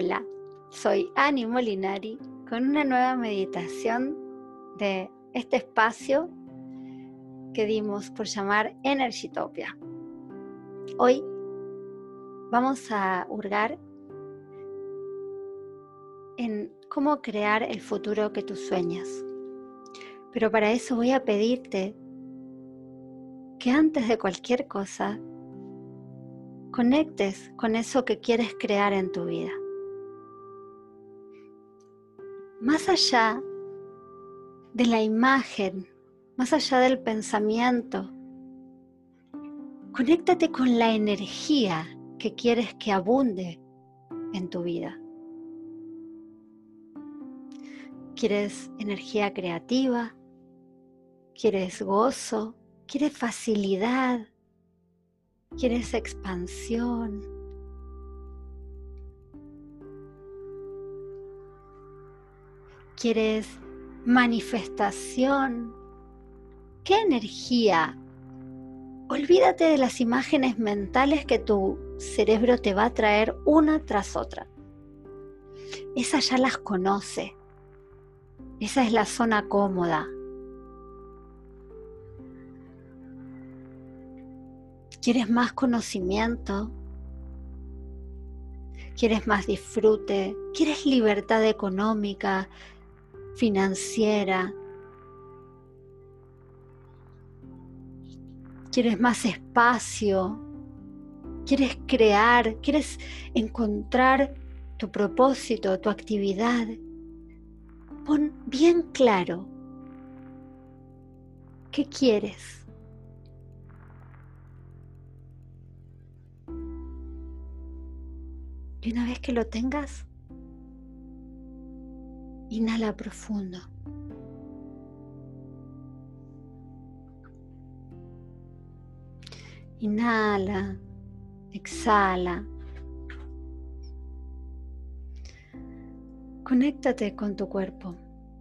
Hola, soy Ani Molinari con una nueva meditación de este espacio que dimos por llamar Energytopia. Hoy vamos a hurgar en cómo crear el futuro que tú sueñas. Pero para eso voy a pedirte que antes de cualquier cosa conectes con eso que quieres crear en tu vida. Más allá de la imagen, más allá del pensamiento, conéctate con la energía que quieres que abunde en tu vida. ¿Quieres energía creativa? ¿Quieres gozo? ¿Quieres facilidad? ¿Quieres expansión? ¿Quieres manifestación? ¿Qué energía? Olvídate de las imágenes mentales que tu cerebro te va a traer una tras otra. Esas ya las conoce. Esa es la zona cómoda. ¿Quieres más conocimiento? ¿Quieres más disfrute? ¿Quieres libertad económica, financiera? ¿Quieres más espacio? ¿Quieres crear? ¿Quieres encontrar tu propósito, tu actividad? Pon bien claro qué quieres. Y una vez que lo tengas, inhala profundo. Inhala, exhala. Conéctate con tu cuerpo.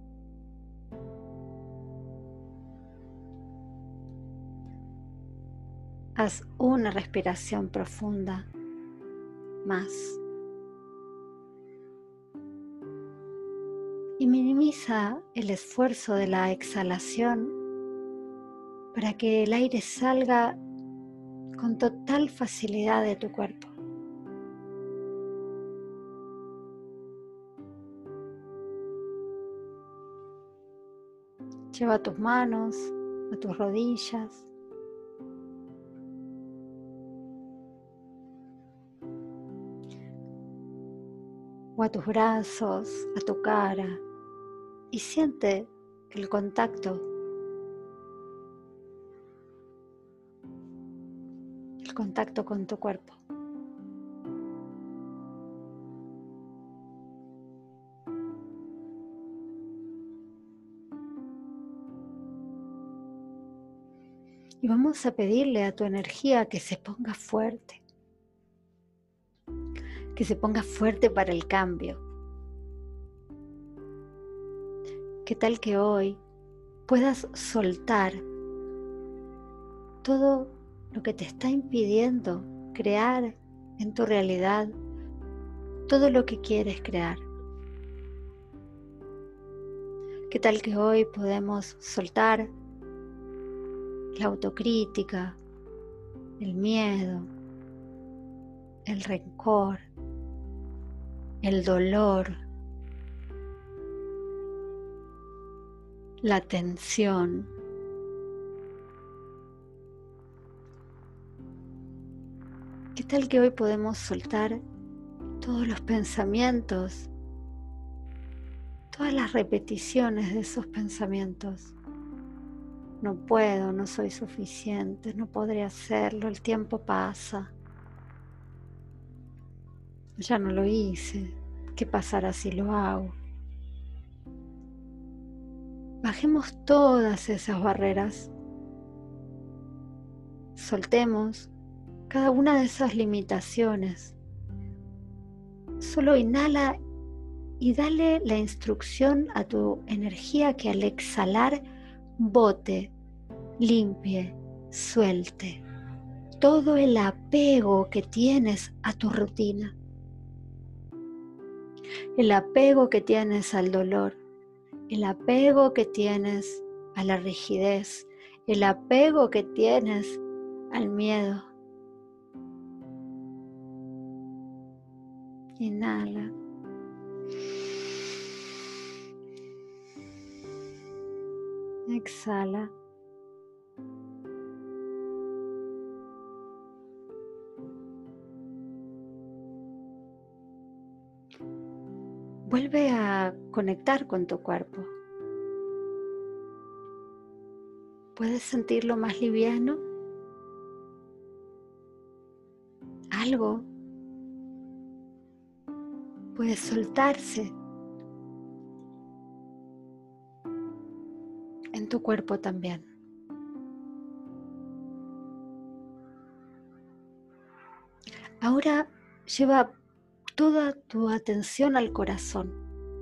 Haz una respiración profunda más. Y minimiza el esfuerzo de la exhalación para que el aire salga con total facilidad de tu cuerpo. Lleva tus manos a tus rodillas. O a tus brazos, a tu cara. Y siente el contacto. El contacto con tu cuerpo. Y vamos a pedirle a tu energía que se ponga fuerte. Que se ponga fuerte para el cambio. ¿Qué tal que hoy puedas soltar todo lo que te está impidiendo crear en tu realidad todo lo que quieres crear? ¿Qué tal que hoy podemos soltar la autocrítica, el miedo, el rencor, el dolor, la tensión? ¿Qué tal que hoy podemos soltar todos los pensamientos, todas las repeticiones de esos pensamientos? No puedo, no soy suficiente, no podré hacerlo, el tiempo pasa. Ya no lo hice, ¿qué pasará si lo hago? Bajemos todas esas barreras. Soltemos cada una de esas limitaciones. Solo inhala y dale la instrucción a tu energía que al exhalar bote, limpie, suelte todo el apego que tienes a tu rutina. el apego que tienes al dolor, el apego que tienes a la rigidez, el apego que tienes al miedo. Inhala. Exhala. Vuelve a conectar con tu cuerpo. ¿Puedes sentirlo más liviano? Algo puede soltarse en tu cuerpo también. Ahora lleva toda tu atención al corazón.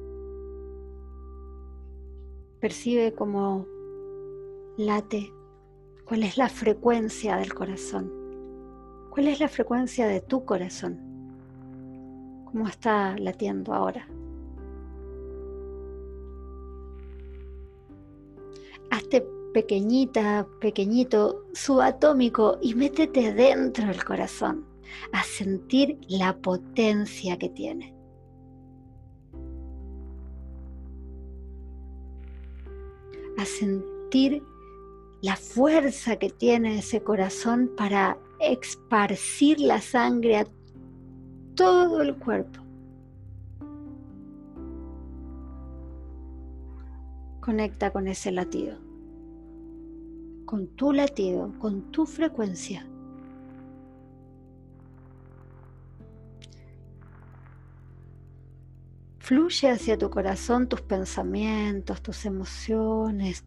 Percibe cómo late, cuál es la frecuencia del corazón, cuál es la frecuencia de tu corazón, cómo está latiendo ahora. Hazte pequeñito, subatómico y métete dentro del corazón a sentir la potencia que tiene. A sentir la fuerza que tiene ese corazón para esparcir la sangre a todo el cuerpo. Conecta con ese latido, con tu frecuencia. Fluye hacia tu corazón tus pensamientos, tus emociones,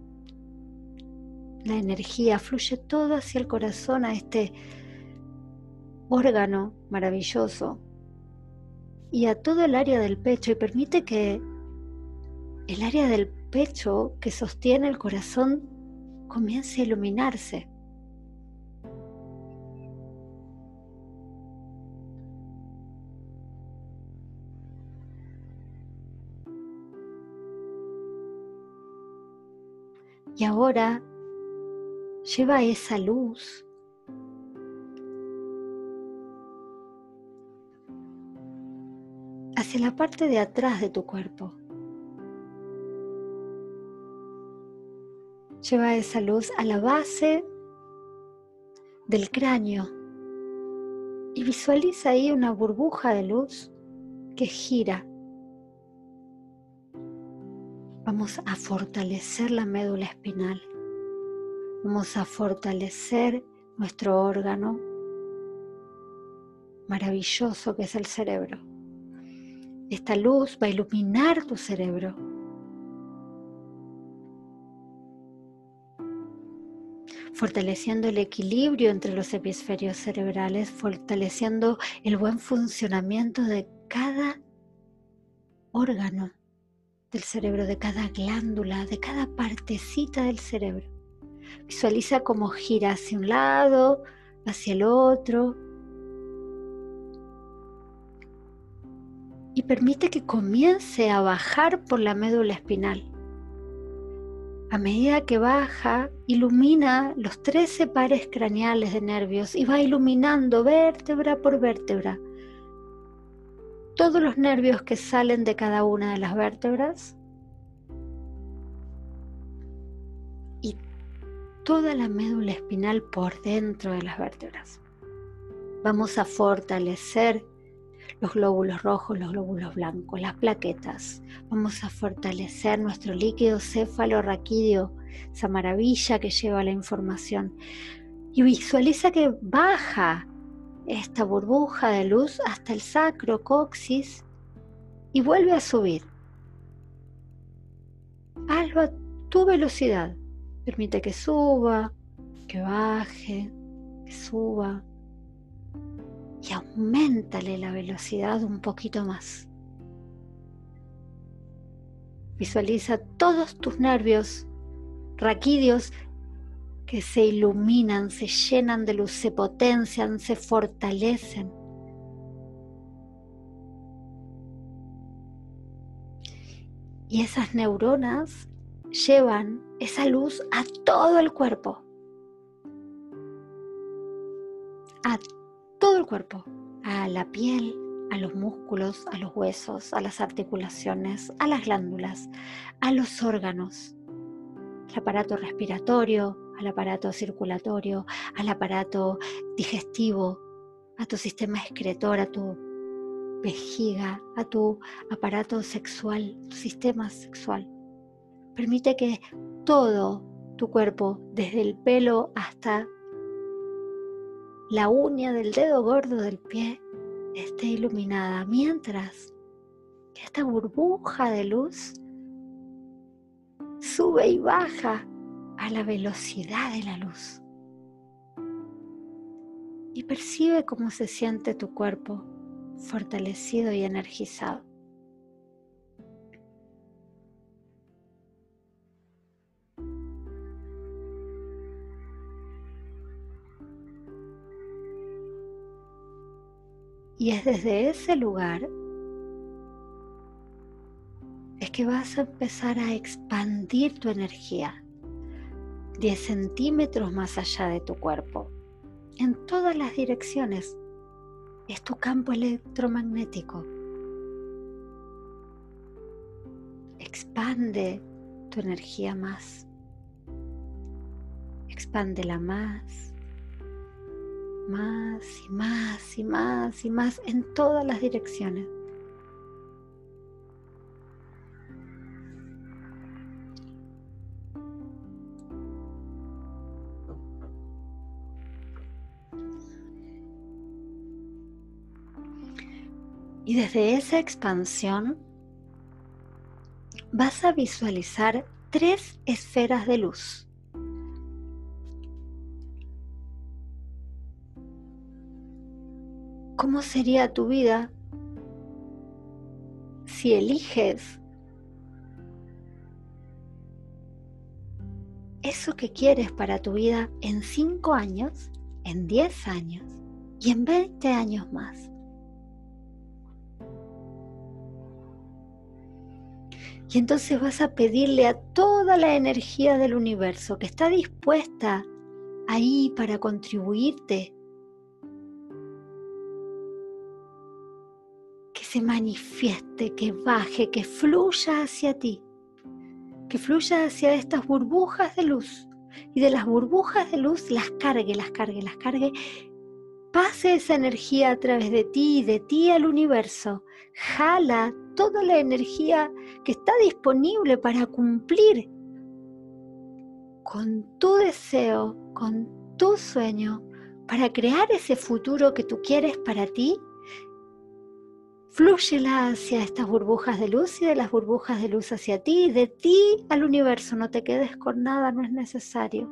la energía, fluye todo hacia el corazón, a este órgano maravilloso y a todo el área del pecho, y permite que el área del pecho que sostiene el corazón comience a iluminarse. Y ahora lleva esa luz hacia la parte de atrás de tu cuerpo. Lleva esa luz a la base del cráneo y visualiza ahí una burbuja de luz que gira. Vamos a fortalecer la médula espinal. Vamos a fortalecer nuestro órgano maravilloso que es el cerebro. Esta luz va a iluminar tu cerebro. Fortaleciendo el equilibrio entre los hemisferios cerebrales, fortaleciendo el buen funcionamiento de cada órgano del cerebro, de cada glándula, de cada partecita del cerebro. Visualiza cómo gira hacia un lado, hacia el otro. Y permite que comience a bajar por la médula espinal. A medida que baja, ilumina los 13 pares craneales de nervios y va iluminando vértebra por vértebra. Todos los nervios que salen de cada una de las vértebras y toda la médula espinal por dentro de las vértebras. Vamos a fortalecer los glóbulos rojos, los glóbulos blancos, las plaquetas. Vamos a fortalecer nuestro líquido cefalorraquídeo, esa maravilla que lleva la información. Y visualiza que baja esta burbuja de luz hasta el sacrocoxis y vuelve a subir. Hazlo a tu velocidad. Permite que suba, que baje, que suba. Y auméntale la velocidad un poquito más. Visualiza todos tus nervios raquídeos que se iluminan, se llenan de luz, se potencian, se fortalecen. Y esas neuronas llevan esa luz a todo el cuerpo. A todo el cuerpo. A la piel, a los músculos, a los huesos, a las articulaciones, a las glándulas, a los órganos, al aparato respiratorio, al aparato circulatorio, al aparato digestivo, a tu sistema excretor, a tu vejiga, a tu aparato sexual, tu sistema sexual. Permite que todo tu cuerpo, desde el pelo hasta la uña del dedo gordo del pie, esté iluminada, mientras que esta burbuja de luz sube y baja a la velocidad de la luz. Y percibe cómo se siente tu cuerpo fortalecido y energizado. Y es desde ese lugar es que vas a empezar a expandir tu energía 10 centímetros más allá de tu cuerpo, en todas las direcciones. Es tu campo electromagnético. Expande tu energía más. Expándela más. Más y más y más y más en todas las direcciones. Y desde esa expansión vas a visualizar 3 esferas de luz. ¿Cómo sería tu vida si eliges eso que quieres para tu vida en 5 años, en 10 años y en 20 años más? Y entonces vas a pedirle a toda la energía del universo que está dispuesta ahí para contribuirte, que se manifieste, que baje, que fluya hacia ti, que fluya hacia estas burbujas de luz. Y de las burbujas de luz las cargue, pase esa energía a través de ti y de ti al universo. Jala toda la energía que está disponible para cumplir con tu deseo, con tu sueño, para crear ese futuro que tú quieres para ti. Flúyela hacia estas burbujas de luz y de las burbujas de luz hacia ti y de ti al universo. No te quedes con nada, no es necesario.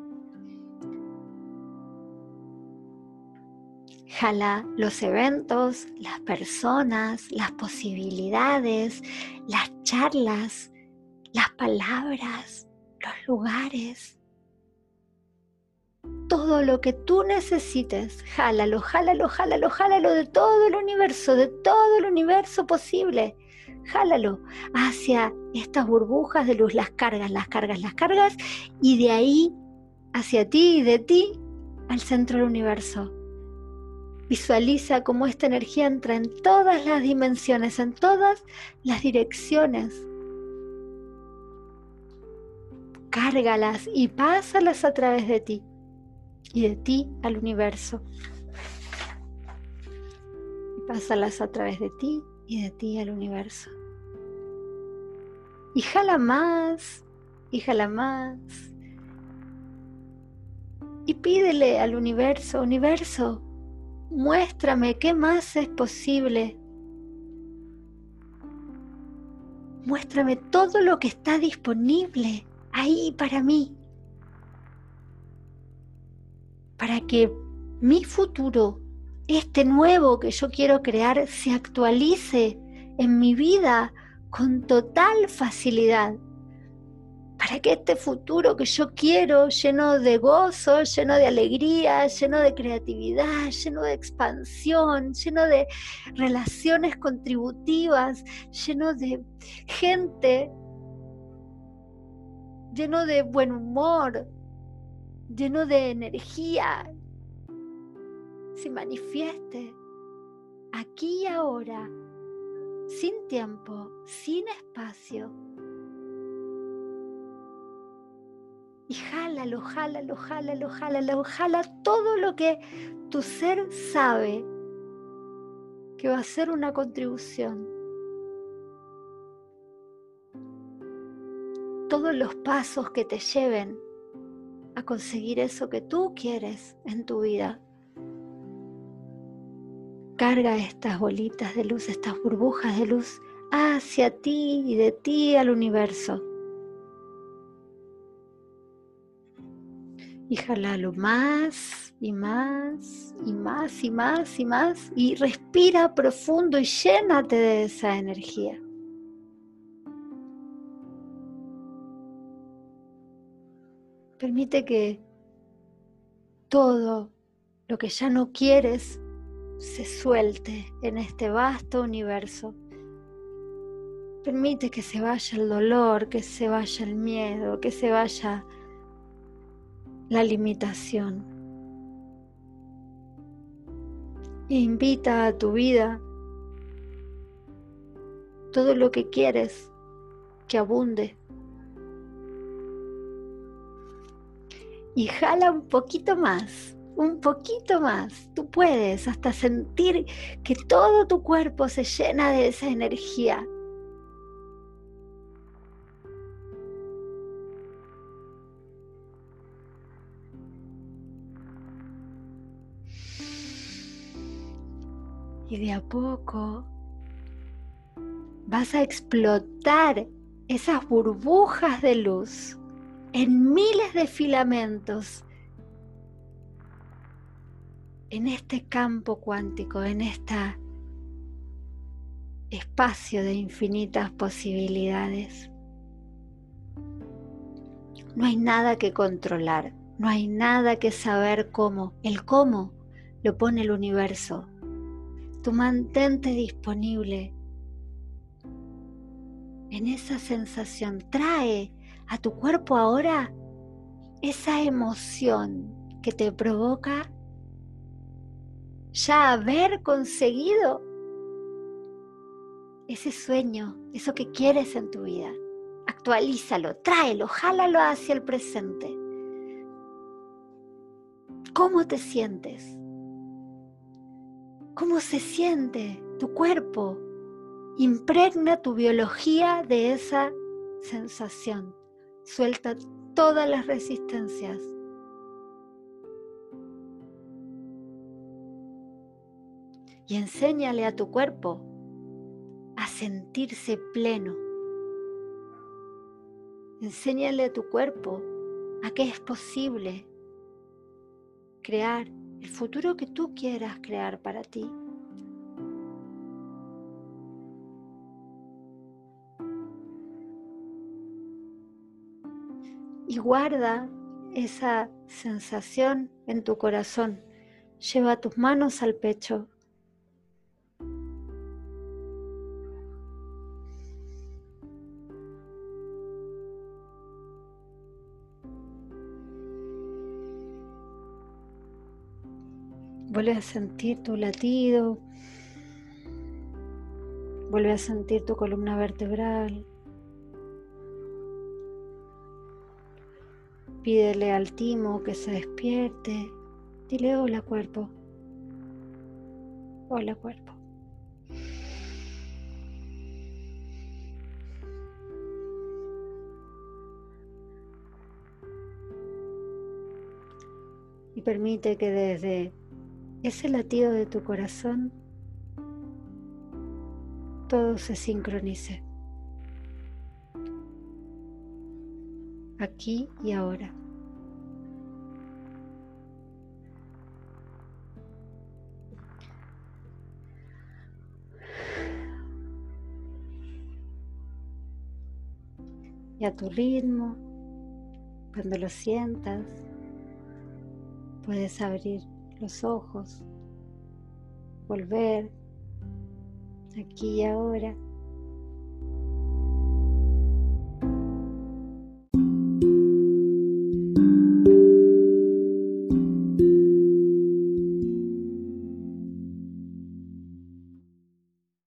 Jala los eventos, las personas, las posibilidades, las charlas, las palabras, los lugares. Todo lo que tú necesites, jálalo de todo el universo posible. Jálalo hacia estas burbujas de luz, las cargas, y de ahí hacia ti y de ti al centro del universo. Visualiza cómo esta energía entra en todas las dimensiones, en todas las direcciones. Cárgalas y pásalas a través de ti y de ti al universo. Y pásalas a través de ti y de ti al universo. Y jala más, y jala más. Y pídele al universo, universo, muéstrame qué más es posible. Muéstrame todo lo que está disponible ahí para mí. Para que mi futuro, este nuevo que yo quiero crear, se actualice en mi vida con total facilidad. Para que este futuro que yo quiero, lleno de gozo, lleno de alegría, lleno de creatividad, lleno de expansión, lleno de relaciones contributivas, lleno de gente lleno de buen humor, lleno de energía, se manifieste aquí y ahora, sin tiempo, sin espacio. Y jálalo, jálalo, jálalo, jálalo, jala todo lo que tu ser sabe que va a ser una contribución. Todos los pasos que te lleven a conseguir eso que tú quieres en tu vida. Carga estas bolitas de luz, estas burbujas de luz hacia ti y de ti al universo. Y jalalo más y más y más y más y más. Y respira profundo y llénate de esa energía. Permite que todo lo que ya no quieres se suelte en este vasto universo. Permite que se vaya el dolor, que se vaya el miedo, que se vaya la limitación. E invita a tu vida todo lo que quieres que abunde. Y jala un poquito más, un poquito más. Tú puedes hasta sentir que todo tu cuerpo se llena de esa energía. Y de a poco vas a explotar esas burbujas de luz en miles de filamentos en este campo cuántico, en este espacio de infinitas posibilidades. No hay nada que controlar, no hay nada que saber cómo. El cómo lo pone el universo. Tú mantente disponible en esa sensación. Trae a tu cuerpo ahora esa emoción que te provoca ya haber conseguido ese sueño, eso que quieres en tu vida. Actualízalo, tráelo, jálalo hacia el presente. ¿Cómo te sientes? ¿Cómo se siente tu cuerpo? Impregna tu biología de esa sensación. Suelta todas las resistencias. Y enséñale a tu cuerpo a sentirse pleno. Enséñale a tu cuerpo a que es posible crear el futuro que tú quieras crear para ti. Y guarda esa sensación en tu corazón. Lleva tus manos al pecho. Vuelve a sentir tu latido. Vuelve a sentir tu columna vertebral. Pídele al timo que se despierte. Dile hola cuerpo. Hola cuerpo. Y permite que desde ese latido de tu corazón todo se sincronice. Aquí y ahora. Y a tu ritmo, cuando lo sientas, puedes abrir los ojos, volver aquí y ahora.